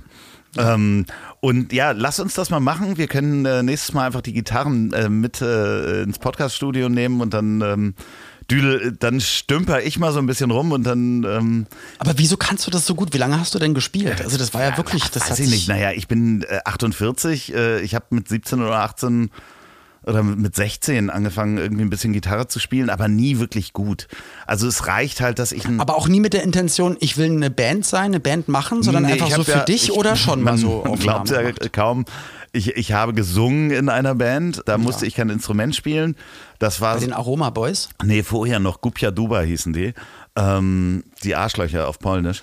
Und ja, lass uns das mal machen. Wir können nächstes Mal einfach die Gitarren mit ins Podcaststudio nehmen und dann dann stümper ich mal so ein bisschen rum und dann. Aber wieso kannst du das so gut? Wie lange hast du denn gespielt? Also das war ja wirklich. Das weiß ich nicht. Naja, ich bin 48. Ich habe mit 17 oder 18 oder mit 16 angefangen, irgendwie ein bisschen Gitarre zu spielen, aber nie wirklich gut. Also es reicht halt, dass ich... Aber auch nie mit der Intention, ich will eine Band sein, eine Band machen, sondern einfach so für dich oder schon mal so? Man glaubt ja kaum. Ich habe gesungen in einer Band, da musste ich kein Instrument spielen. Das war bei den Aroma Boys? Nee, vorher noch Głupia Duba hießen die. Die Arschlöcher auf Polnisch.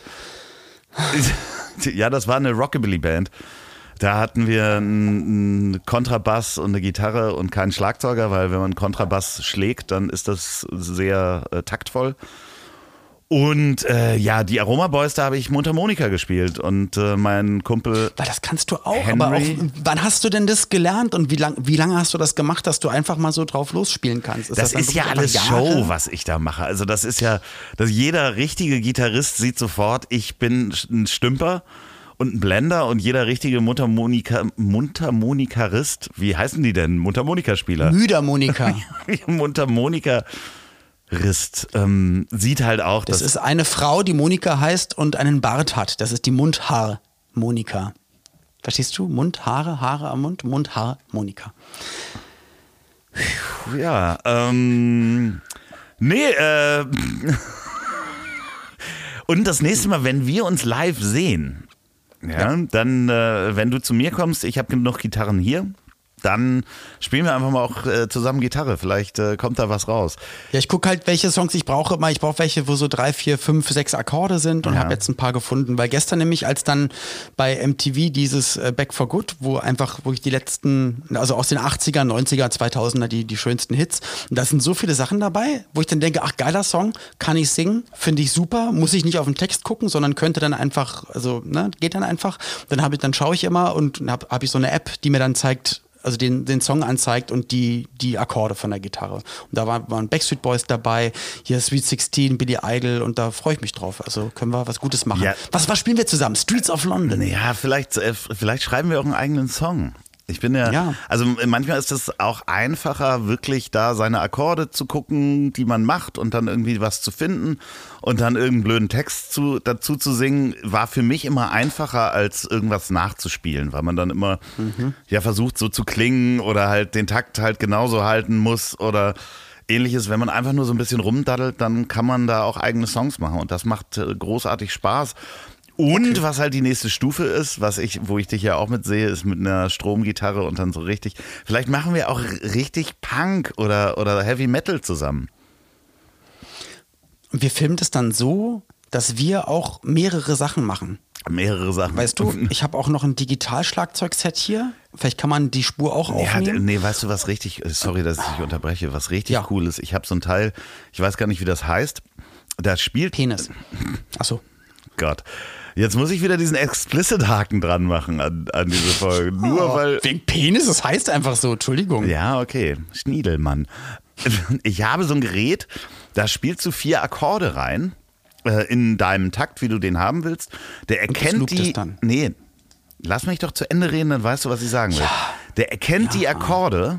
Ja, das war eine Rockabilly-Band. Da hatten wir einen Kontrabass und eine Gitarre und keinen Schlagzeuger, weil wenn man Kontrabass schlägt, dann ist das sehr taktvoll. Und die Aroma Boys, da habe ich Mundharmonika gespielt und mein Kumpel. Weil das kannst du auch, Henry. aber auch, wann hast du denn das gelernt und wie lange hast du das gemacht, dass du einfach mal so drauf losspielen kannst? Das dann ist ja wirklich alles einfach Show, Jahre? was ich da mache. Also das ist ja, dass jeder richtige Gitarrist sieht sofort, ich bin ein Stümper und ein Blender und jeder richtige Mundharmonikarist, wie heißen die denn? Mundharmonikaspieler. Mundharmonika. Mundharmonikarist sieht halt auch, Das dass ist eine Frau, die Monika heißt und einen Bart hat. Das ist die Mundharmonika. Verstehst du? Mundhaare, Haare am Mund, Mundharmonika. ja, und das nächste Mal, wenn wir uns live sehen, dann, wenn du zu mir kommst, ich habe genug Gitarren hier, dann spielen wir einfach mal auch zusammen Gitarre. Vielleicht kommt da was raus. Ja, ich gucke halt, welche Songs ich brauche. Ich brauche welche, wo so 3, 4, 5, 6 Akkorde sind und habe jetzt ein paar gefunden. Weil gestern nämlich, als dann bei MTV dieses Back for Good, wo ich die letzten, also aus den 80er, 90er, 2000er, die schönsten Hits. Und da sind so viele Sachen dabei, wo ich dann denke, ach, geiler Song, kann ich singen, finde ich super, muss ich nicht auf den Text gucken, sondern könnte dann einfach, geht dann einfach. Dann schaue ich immer und hab ich so eine App, die mir dann zeigt, also den Song anzeigt und die Akkorde von der Gitarre. Und da waren Backstreet Boys dabei, hier Sweet 16, Billy Idol und da freue ich mich drauf. Also können wir was Gutes machen. Ja. Was spielen wir zusammen? Streets of London. Ja, vielleicht schreiben wir auch einen eigenen Song. Ich bin also manchmal ist es auch einfacher, wirklich da seine Akkorde zu gucken, die man macht und dann irgendwie was zu finden und dann irgendeinen blöden Text dazu zu singen, war für mich immer einfacher, als irgendwas nachzuspielen, weil man dann immer versucht so zu klingen oder halt den Takt halt genauso halten muss oder ähnliches. Wenn man einfach nur so ein bisschen rumdaddelt, dann kann man da auch eigene Songs machen und das macht großartig Spaß. Und was halt die nächste Stufe ist, wo ich dich ja auch mit sehe, ist mit einer Stromgitarre und dann so richtig, vielleicht machen wir auch richtig Punk oder Heavy Metal zusammen. Und wir filmen das dann so, dass wir auch mehrere Sachen machen. Mehrere Sachen. Weißt du, ich habe auch noch ein Digitalschlagzeugset hier. Vielleicht kann man die Spur auch aufnehmen. Nee, weißt du, was richtig, sorry, dass ich dich unterbreche, was richtig cool ist? Ich habe so ein Teil, ich weiß gar nicht, wie das heißt, da spielt... Penis. Achso. Gott. Jetzt muss ich wieder diesen Explicit-Haken dran machen an diese Folge. Nur weil. Wegen Penis? Das heißt einfach so, Entschuldigung. Ja, okay. Schniedelmann. Ich habe so ein Gerät, da spielst du 4 Akkorde rein, in deinem Takt, wie du den haben willst. Der erkennt die. Dann. Nee, lass mich doch zu Ende reden, dann weißt du, was ich sagen will. Ja. Der erkennt die Akkorde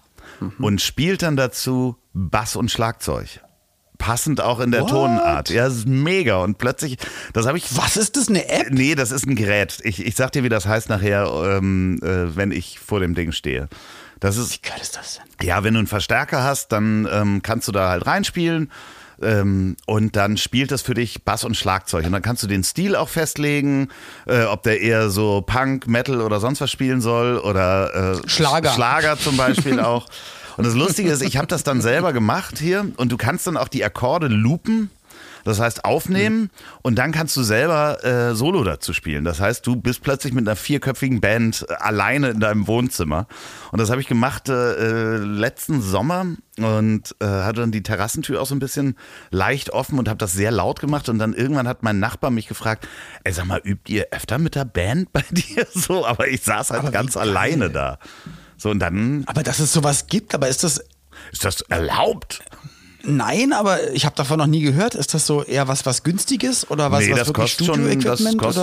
und spielt dann dazu Bass und Schlagzeug. Passend auch in der Tonart. Ja, das ist mega. Und plötzlich, das habe ich... Was ist das, eine App? Nee, das ist ein Gerät. Ich sag dir, wie das heißt nachher, wenn ich vor dem Ding stehe. Das ist, wie geil ist das denn? Ja, wenn du einen Verstärker hast, dann kannst du da halt reinspielen. Und dann spielt das für dich Bass und Schlagzeug. Und dann kannst du den Stil auch festlegen, ob der eher so Punk, Metal oder sonst was spielen soll. Oder Schlager zum Beispiel auch. Und das Lustige ist, ich habe das dann selber gemacht hier und du kannst dann auch die Akkorde loopen, das heißt aufnehmen und dann kannst du selber Solo dazu spielen. Das heißt, du bist plötzlich mit einer 4-köpfigen Band alleine in deinem Wohnzimmer. Und das habe ich gemacht letzten Sommer und hatte dann die Terrassentür auch so ein bisschen leicht offen und habe das sehr laut gemacht. Und dann irgendwann hat mein Nachbar mich gefragt, ey, sag mal, übt ihr öfter mit der Band bei dir so? Aber ich saß halt ganz alleine da. So, und dann. Aber dass es sowas gibt, aber ist das. Ist das erlaubt? Nein, aber ich habe davon noch nie gehört. Ist das so eher was Günstiges oder was, nee, was wirklich Studio-Equipment? Das kostet oder?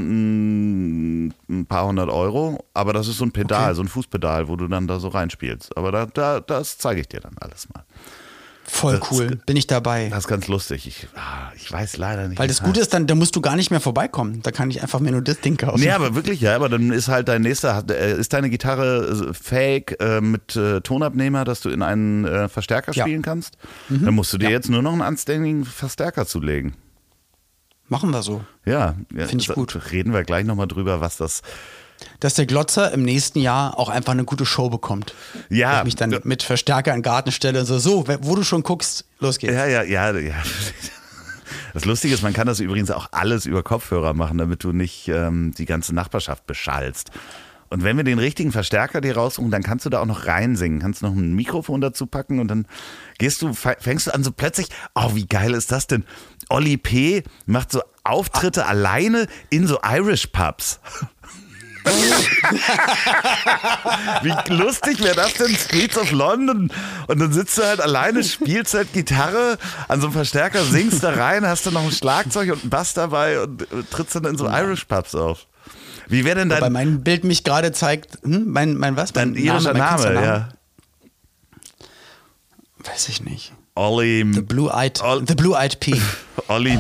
Schon ein paar hundert Euro, aber das ist so ein Pedal, so ein Fußpedal, wo du dann da so reinspielst. Aber das zeige ich dir dann alles mal. Voll cool, bin ich dabei. Das ist ganz lustig. Ich weiß leider nicht. Weil das Gute ist, dann da musst du gar nicht mehr vorbeikommen. Da kann ich einfach mir nur das Ding kaufen. Nee, aber wirklich, ja, aber dann ist halt ist deine Gitarre fähig mit Tonabnehmer, dass du in einen Verstärker spielen kannst. Dann musst du dir jetzt nur noch einen anständigen Verstärker zulegen. Machen wir so. Ja, finde ich gut. Reden wir gleich nochmal drüber, was das... Dass der Glotzer im nächsten Jahr auch einfach eine gute Show bekommt. Ja. Ich mich dann mit Verstärker in den Garten stelle und so, wo du schon guckst, los geht's. Ja. Das Lustige ist, man kann das übrigens auch alles über Kopfhörer machen, damit du nicht die ganze Nachbarschaft beschallst. Und wenn wir den richtigen Verstärker dir raussuchen, dann kannst du da auch noch reinsingen. Kannst noch ein Mikrofon dazu packen und dann fängst du an so plötzlich, oh, wie geil ist das denn? Oli P. macht so Auftritte alleine in so Irish Pubs. Wie lustig wäre das denn? Streets of London. Und dann sitzt du halt alleine, spielst halt Gitarre an so einem Verstärker, singst da rein, hast du noch ein Schlagzeug und einen Bass dabei und trittst dann in so Irish Pubs auf. Wie wäre denn dein... Wobei mein Bild mich gerade zeigt, mein was? Dein irischer Name, ja. Weiß ich nicht. Olli... The Blue-Eyed Pea. Olli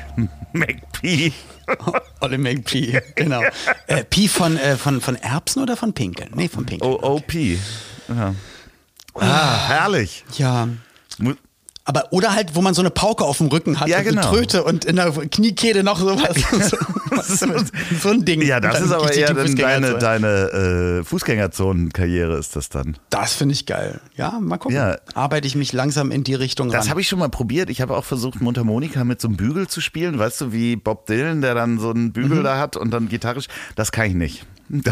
McP. Olli McP, genau. P von Erbsen oder von Pinkeln? Nee, von Pinkeln. OP. Ja. Herrlich. Ja. Aber, oder halt, wo man so eine Pauke auf dem Rücken hat, ja, genau. Eine Tröte und in der Kniekehle noch sowas. So ein Ding. Ja, das ist aber eher deine Fußgängerzonen-Karriere ist das dann. Das finde ich geil. Ja, mal gucken. Ja. Arbeite ich mich langsam in die Richtung ran. Das habe ich schon mal probiert. Ich habe auch versucht, Mundharmonika mit so einem Bügel zu spielen. Weißt du, wie Bob Dylan, der dann so einen Bügel da hat und dann gitarrisch. Das kann ich nicht.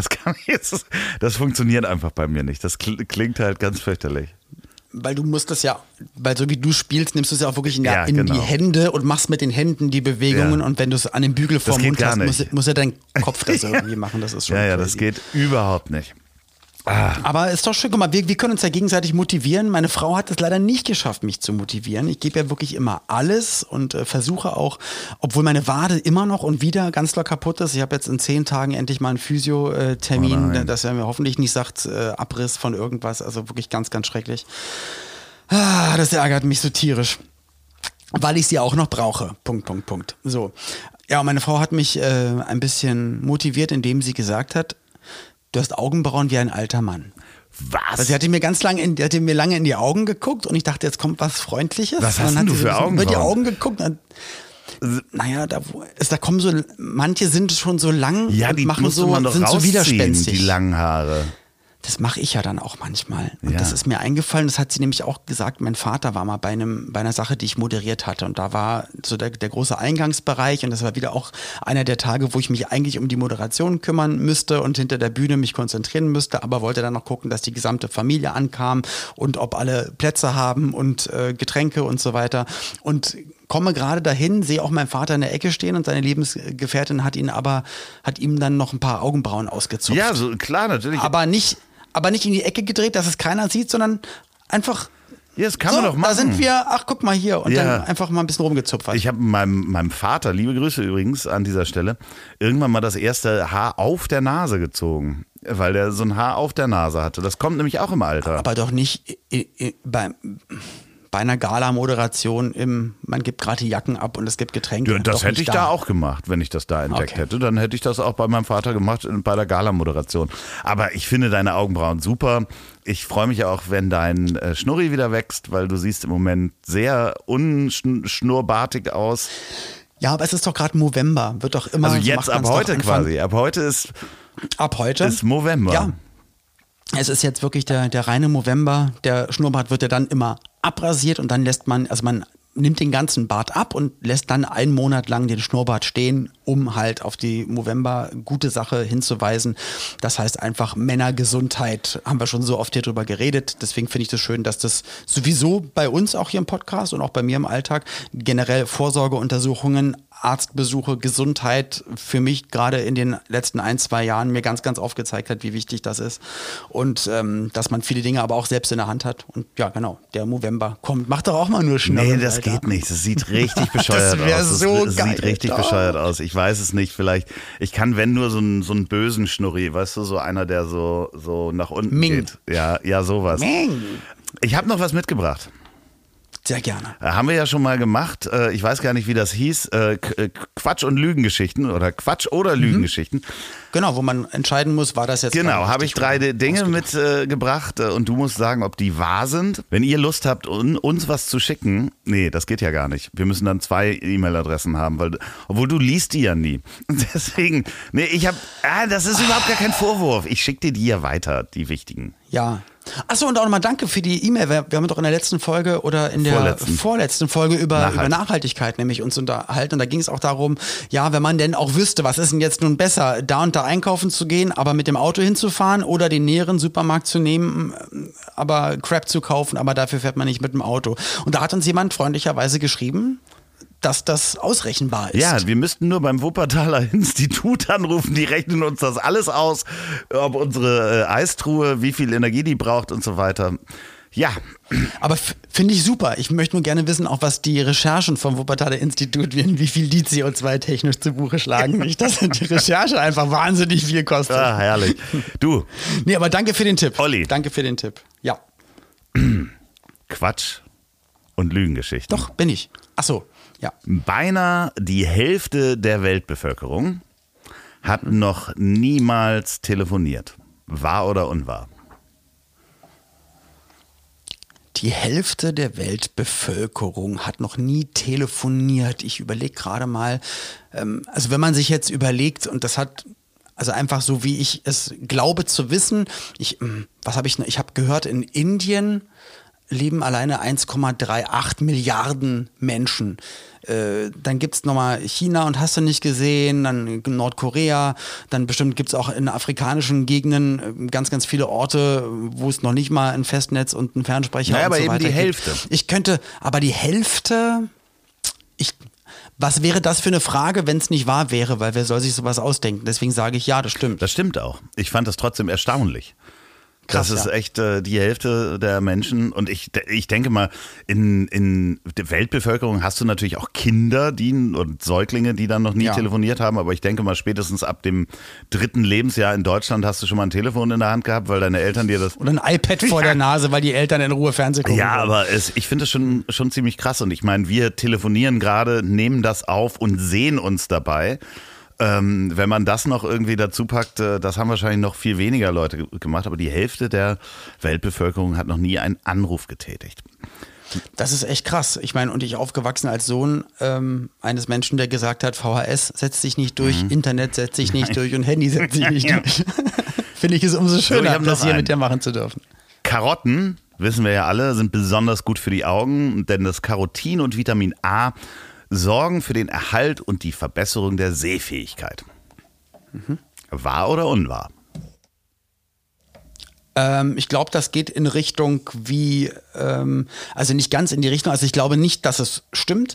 Das funktioniert einfach bei mir nicht. Das klingt halt ganz fürchterlich. Weil du musst das ja, weil so wie du spielst, nimmst du es ja auch wirklich in genau. die Hände und machst mit den Händen die Bewegungen und wenn du es an den Bügel vorm Mund hast, muss ja dein Kopf das irgendwie machen. Das ist schon ja, das geht überhaupt nicht. Aber ist doch schön, guck mal, wir können uns ja gegenseitig motivieren. Meine Frau hat es leider nicht geschafft, mich zu motivieren. Ich gebe ja wirklich immer alles und versuche auch, obwohl meine Wade immer noch und wieder ganz doll kaputt ist. Ich habe jetzt in 10 Tagen endlich mal einen Physio-Termin, dass er mir hoffentlich nicht sagt, Abriss von irgendwas. Also wirklich ganz, ganz schrecklich. Das ärgert mich so tierisch. Weil ich sie auch noch brauche. Punkt. So. Ja, und meine Frau hat mich ein bisschen motiviert, indem sie gesagt hat, du hast Augenbrauen wie ein alter Mann. Was? Also sie hatte mir lange in die Augen geguckt und ich dachte, jetzt kommt was Freundliches. Was hast du für Augenbrauen? Über die Augen geguckt. Naja, da kommen so, manche sind schon so lang und machen so, sind so widerspenstig. Die langen Haare. Das mache ich ja dann auch manchmal. Und ja. das ist mir eingefallen, das hat sie nämlich auch gesagt, mein Vater war mal bei einer Sache, die ich moderiert hatte. Und da war so der große Eingangsbereich und das war wieder auch einer der Tage, wo ich mich eigentlich um die Moderation kümmern müsste und hinter der Bühne mich konzentrieren müsste, aber wollte dann noch gucken, dass die gesamte Familie ankam und ob alle Plätze haben und Getränke und so weiter. Und komme gerade dahin, sehe auch meinen Vater in der Ecke stehen und seine Lebensgefährtin hat ihm dann noch ein paar Augenbrauen ausgezupft. Ja, so klar, natürlich. Aber nicht in die Ecke gedreht, dass es keiner sieht, sondern einfach. Ja, das kann man doch machen. Da sind wir, ach guck mal hier und dann einfach mal ein bisschen rumgezupft. Ich habe meinem Vater, liebe Grüße übrigens an dieser Stelle, irgendwann mal das erste Haar auf der Nase gezogen, weil der so ein Haar auf der Nase hatte. Das kommt nämlich auch im Alter. Aber doch nicht bei einer Gala-Moderation man gibt gerade die Jacken ab und es gibt Getränke. Ja, das hätte ich da auch gemacht, wenn ich das da entdeckt hätte. Dann hätte ich das auch bei meinem Vater gemacht, bei der Gala-Moderation. Aber ich finde deine Augenbrauen super. Ich freue mich auch, wenn dein Schnurri wieder wächst, weil du siehst im Moment sehr unschnurrbartig aus. Ja, aber es ist doch gerade November. Wird doch immer. Also jetzt ab heute quasi. Ab heute ist November. Ja. Es ist jetzt wirklich der reine November. Der Schnurrbart wird ja dann immer abrasiert und dann man nimmt den ganzen Bart ab und lässt dann einen Monat lang den Schnurrbart stehen, um halt auf die November gute Sache hinzuweisen. Das heißt einfach Männergesundheit, haben wir schon so oft hier drüber geredet. Deswegen finde ich das schön, dass das sowieso bei uns auch hier im Podcast und auch bei mir im Alltag generell Vorsorgeuntersuchungen, Arztbesuche, Gesundheit für mich gerade in den letzten 1-2 Jahren mir ganz, ganz aufgezeigt hat, wie wichtig das ist. Und dass man viele Dinge aber auch selbst in der Hand hat. Und ja, genau, der November kommt. Macht doch auch mal nur schnell. Nee, das geht nicht. Das sieht richtig bescheuert aus. Das sieht richtig bescheuert aus. Ich weiß es nicht. Vielleicht, ich kann, wenn nur so einen bösen Schnurri, weißt du, so einer, der so nach unten geht. Ja, sowas. Ming. Ich habe noch was mitgebracht. Sehr gerne. Haben wir ja schon mal gemacht. Ich weiß gar nicht, wie das hieß. Quatsch- und Lügengeschichten oder Quatsch- oder Lügengeschichten. Genau, wo man entscheiden muss, war das jetzt. Genau, habe ich 3 Dinge mitgebracht und du musst sagen, ob die wahr sind. Wenn ihr Lust habt, uns was zu schicken, nee, das geht ja gar nicht. Wir müssen dann 2 E-Mail-Adressen haben, obwohl du liest die ja nie. Deswegen, nee, das ist überhaupt gar kein Vorwurf. Ich schicke dir die ja weiter, die wichtigen. Ja. Achso, und auch nochmal danke für die E-Mail. Wir haben doch in der letzten Folge oder in der vorletzten Folge über Nachhaltigkeit nämlich uns unterhalten. Und da ging es auch darum, ja, wenn man denn auch wüsste, was ist denn jetzt nun besser, da und da einkaufen zu gehen, aber mit dem Auto hinzufahren oder den näheren Supermarkt zu nehmen, aber Crap zu kaufen, aber dafür fährt man nicht mit dem Auto. Und da hat uns jemand freundlicherweise geschrieben, dass das ausrechenbar ist. Ja, wir müssten nur beim Wuppertaler Institut anrufen, die rechnen uns das alles aus, ob unsere Eistruhe, wie viel Energie die braucht und so weiter. Ja. Aber finde ich super. Ich möchte nur gerne wissen, auch was die Recherchen vom Wuppertaler Institut, wie viel die CO2 technisch zu Buche schlagen. Nicht, dass die Recherche einfach wahnsinnig viel kostet. Ah, herrlich. Du. Nee, aber danke für den Tipp. Olli. Danke für den Tipp. Ja. Quatsch und Lügengeschichten. Doch, bin ich. Ach so. Ja. Beinahe die Hälfte der Weltbevölkerung hat noch niemals telefoniert. Wahr oder unwahr? Die Hälfte der Weltbevölkerung hat noch nie telefoniert. Ich überlege gerade mal, also wenn man sich jetzt überlegt, und das hat, also einfach so wie ich es glaube zu wissen, ich habe gehört, in Indien leben alleine 1,38 Milliarden Menschen. Dann gibt es nochmal China und hast du nicht gesehen, dann Nordkorea, dann bestimmt gibt es auch in afrikanischen Gegenden ganz, ganz viele Orte, wo es noch nicht mal ein Festnetz und einen Fernsprecher und so weiter gibt. Aber eben die Hälfte. Aber die Hälfte, was wäre das für eine Frage, wenn es nicht wahr wäre, weil wer soll sich sowas ausdenken? Deswegen sage ich, ja, das stimmt. Das stimmt auch. Ich fand das trotzdem erstaunlich. Krass, das ist echt die Hälfte der Menschen. Und ich denke mal, in der Weltbevölkerung hast du natürlich auch Kinder und Säuglinge, die dann noch nie telefoniert haben. Aber ich denke mal, spätestens ab dem 3. Lebensjahr in Deutschland hast du schon mal ein Telefon in der Hand gehabt, weil deine Eltern dir das... Oder ein iPad vor der Nase, weil die Eltern in Ruhe Fernsehen gucken. Ja, aber ich finde das schon ziemlich krass. Und ich meine, wir telefonieren gerade, nehmen das auf und sehen uns dabei. Wenn man das noch irgendwie dazu packt, das haben wahrscheinlich noch viel weniger Leute gemacht, aber die Hälfte der Weltbevölkerung hat noch nie einen Anruf getätigt. Das ist echt krass. Ich meine, und ich aufgewachsen als Sohn eines Menschen, der gesagt hat, VHS setzt sich nicht durch, Internet setzt sich nicht durch und Handy setzt sich nicht durch. Finde ich es umso schöner, das hier mit dir machen zu dürfen. Karotten, wissen wir ja alle, sind besonders gut für die Augen, denn das Carotin und Vitamin A sorgen für den Erhalt und die Verbesserung der Sehfähigkeit. Wahr oder unwahr? Ich glaube, das geht in Richtung wie, also nicht ganz in die Richtung, also ich glaube nicht, dass es stimmt.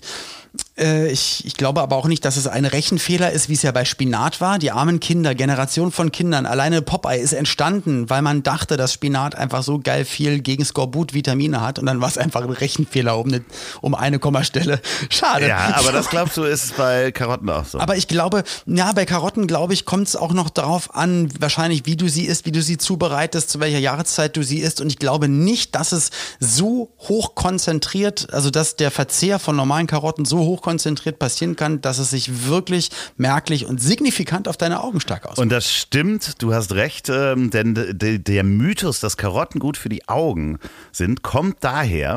Ich glaube aber auch nicht, dass es ein Rechenfehler ist, wie es ja bei Spinat war. Die armen Kinder, Generation von Kindern, alleine Popeye ist entstanden, weil man dachte, dass Spinat einfach so geil viel gegen Skorbut Vitamine hat und dann war es einfach ein Rechenfehler um eine Kommastelle. Schade. Ja, aber das glaubst du, ist bei Karotten auch so. Aber ich glaube, ja, bei Karotten, glaube ich, kommt es auch noch darauf an, wahrscheinlich, wie du sie isst, wie du sie zubereitest, zu welcher Jahreszeit du sie isst. Und ich glaube nicht, dass es so hoch konzentriert, also dass der Verzehr von normalen Karotten so hoch konzentriert passieren kann, dass es sich wirklich merklich und signifikant auf deine Augen stark auswirkt. Und das stimmt, du hast recht, denn der Mythos, dass Karotten gut für die Augen sind, kommt daher,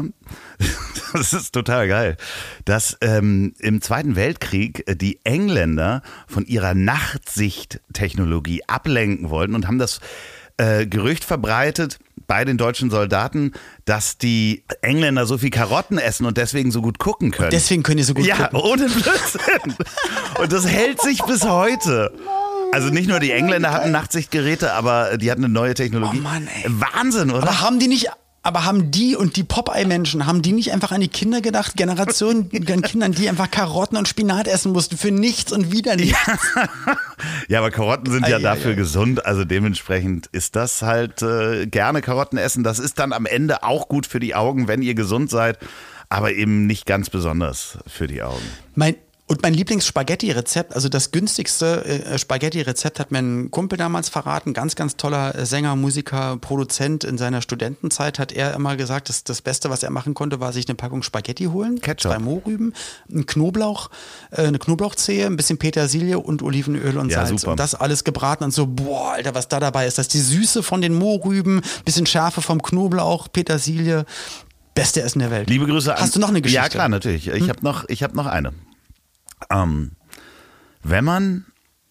das ist total geil, dass im Zweiten Weltkrieg die Engländer von ihrer Nachtsichttechnologie ablenken wollten und haben das Gerücht verbreitet bei den deutschen Soldaten, dass die Engländer so viel Karotten essen und deswegen so gut gucken können. Und deswegen können die so gut gucken. Ja, ohne Blödsinn. Und das hält sich bis heute. Also nicht nur die Engländer hatten Nachtsichtgeräte, aber die hatten eine neue Technologie. Oh Mann, ey. Wahnsinn, oder? Aber haben die und die Popeye-Menschen, haben die nicht einfach an die Kinder gedacht? Generationen an Kindern, die einfach Karotten und Spinat essen mussten für nichts und wieder nichts. Ja, aber Karotten sind ja dafür gesund, also dementsprechend ist das halt gerne Karotten essen. Das ist dann am Ende auch gut für die Augen, wenn ihr gesund seid, aber eben nicht ganz besonders für die Augen. Mein Lieblings-Spaghetti-Rezept, also das günstigste Spaghetti-Rezept hat mir ein Kumpel damals verraten, ganz, ganz toller Sänger, Musiker, Produzent in seiner Studentenzeit, hat er immer gesagt, dass das Beste, was er machen konnte, war sich eine Packung Spaghetti holen, Ketchup. 2 Mohrrüben, ein Knoblauch, eine Knoblauchzehe, ein bisschen Petersilie und Olivenöl und Salz. Super. Und das alles gebraten und so, boah, Alter, was da dabei ist, das ist die Süße von den Mohrrüben, bisschen Schärfe vom Knoblauch, Petersilie, beste Essen der Welt. Liebe Grüße an... Hast du noch eine Geschichte? Ja, klar, natürlich. Ich hab noch eine. Wenn man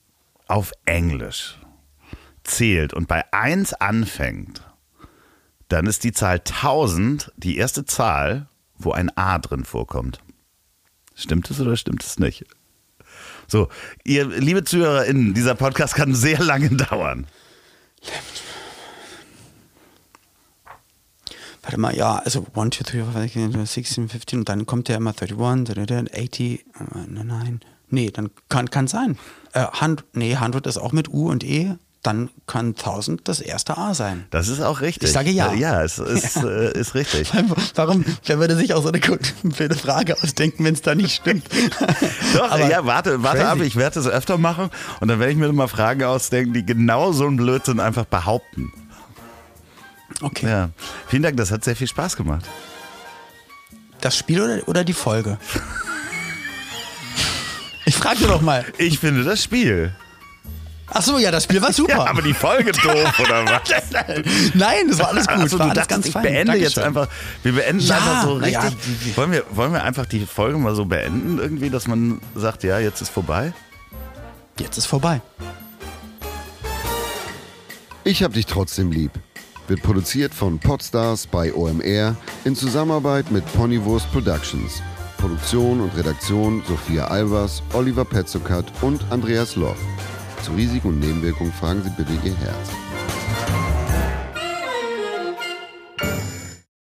auf Englisch zählt und bei 1 anfängt, dann ist die Zahl 1000 die erste Zahl, wo ein A drin vorkommt. Stimmt es oder stimmt es nicht? So, ihr liebe ZuhörerInnen, dieser Podcast kann sehr lange dauern. Warte mal, ja, also 1, 2, 3, 4, 5, 16, 15 und dann kommt ja immer 31, 80, nein, nee, dann kann sein. 100 ist auch mit U und E, dann kann 1000 das erste A sein. Das ist auch richtig. Ich sage ja. Ja, es ist, ist richtig. Warum? Wer würde sich auch so eine blöde Frage ausdenken, wenn es da nicht stimmt? Doch, Aber ja, warte ab, ich werde das öfter machen und dann werde ich mir mal Fragen ausdenken, die genau so einen Blödsinn einfach behaupten. Okay. Ja, vielen Dank, das hat sehr viel Spaß gemacht. Das Spiel oder die Folge? Ich frage dir doch mal. Ich finde das Spiel. Ach so, ja, das Spiel war super. Ja, aber die Folge doof, oder was? Nein, das war alles gut. Also, war du alles dachtest, ganz ich fein. beende Dankeschön. jetzt einfach, wir beenden Ja, einfach so na ja, richtig. Wollen wir einfach die Folge mal so beenden irgendwie, dass man sagt, ja, jetzt ist vorbei? Jetzt ist vorbei. Ich hab dich trotzdem lieb. Wird produziert von Podstars bei OMR in Zusammenarbeit mit Ponywurst Productions. Produktion und Redaktion Sophia Albers, Oliver Petzokat und Andreas Loff. Zu Risiken und Nebenwirkungen fragen Sie bitte Ihr Herz.